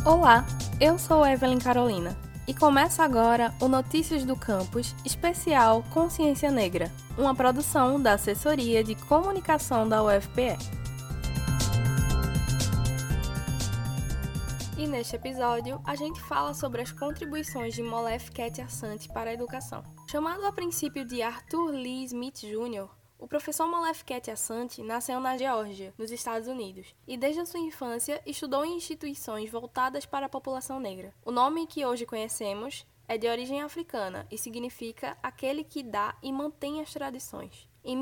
Olá, eu sou Evelyn Carolina e começa agora o Notícias do Campus Especial Consciência Negra, uma produção da Assessoria de Comunicação da UFPE. E neste episódio, a gente fala sobre as contribuições de Molefi Kete Asante para a educação. Chamado a princípio de Arthur Lee Smith Jr., o professor Molefi Kete Asante nasceu na Geórgia, nos Estados Unidos, e desde a sua infância estudou em instituições voltadas para a população negra. O nome que hoje conhecemos é de origem africana e significa aquele que dá e mantém as tradições. Em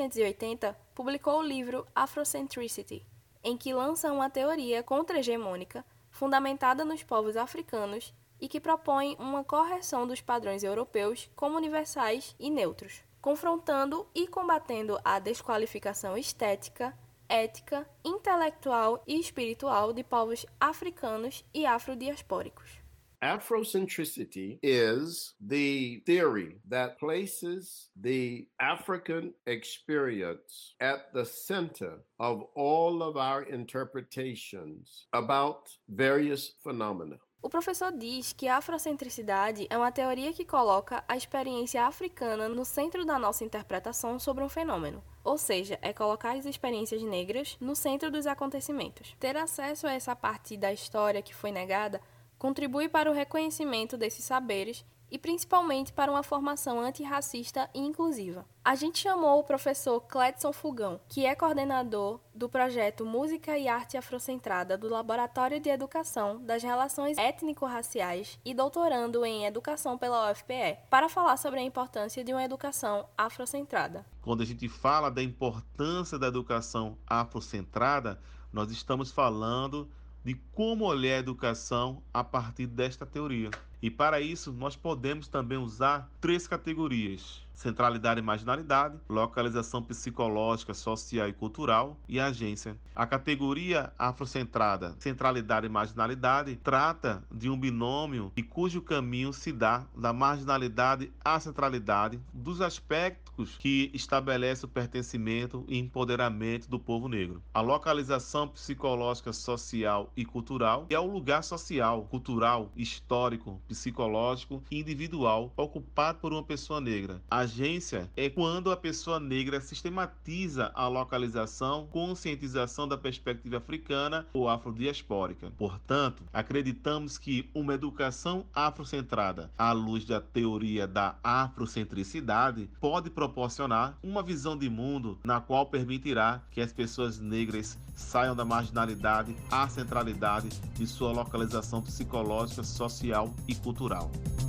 1980, publicou o livro Afrocentricity, em que lança uma teoria contra-hegemônica fundamentada nos povos africanos e que propõe uma correção dos padrões europeus como universais e neutros, confrontando e combatendo a desqualificação estética, ética, intelectual e espiritual de povos africanos e afrodiaspóricos. Afrocentricity is the theory that places the African experience at the center of all of our interpretations about various phenomena. O professor diz que a afrocentricidade é uma teoria que coloca a experiência africana no centro da nossa interpretação sobre um fenômeno, ou seja, é colocar as experiências negras no centro dos acontecimentos. Ter acesso a essa parte da história que foi negada contribui para o reconhecimento desses saberes e principalmente para uma formação antirracista e inclusiva. A gente chamou o professor Cledson Fugão, que é coordenador do projeto Música e Arte Afrocentrada do Laboratório de Educação das Relações Étnico-Raciais e doutorando em Educação pela UFPE, para falar sobre a importância de uma educação afrocentrada. Quando a gente fala da importância da educação afrocentrada, nós estamos falando de como olhar a educação a partir desta teoria. E para isso, nós podemos também usar 3 categorias: centralidade e marginalidade, localização psicológica, social e cultural e agência. A categoria afrocentrada, centralidade e marginalidade, trata de um binômio e cujo caminho se dá da marginalidade à centralidade, dos aspectos que estabelecem o pertencimento e empoderamento do povo negro. A localização psicológica, social e cultural é o lugar social, cultural, histórico, psicológico e individual ocupado por uma pessoa negra. A agência é quando a pessoa negra sistematiza a localização, conscientização da perspectiva africana ou afrodiaspórica. Portanto, acreditamos que uma educação afrocentrada, à luz da teoria da afrocentricidade, pode proporcionar uma visão de mundo na qual permitirá que as pessoas negras saiam da marginalidade à centralidade de sua localização psicológica, social e cultural.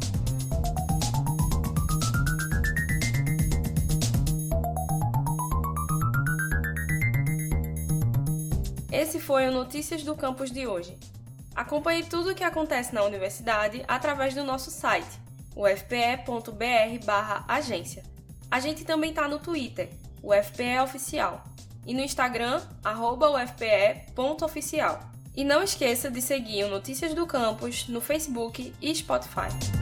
Esse foi o Notícias do Campus de hoje. Acompanhe tudo o que acontece na universidade através do nosso site, ufpe.br/agência. A gente também está no Twitter, UFPE Oficial, e no Instagram, @ufpe.oficial. E não esqueça de seguir o Notícias do Campus no Facebook e Spotify.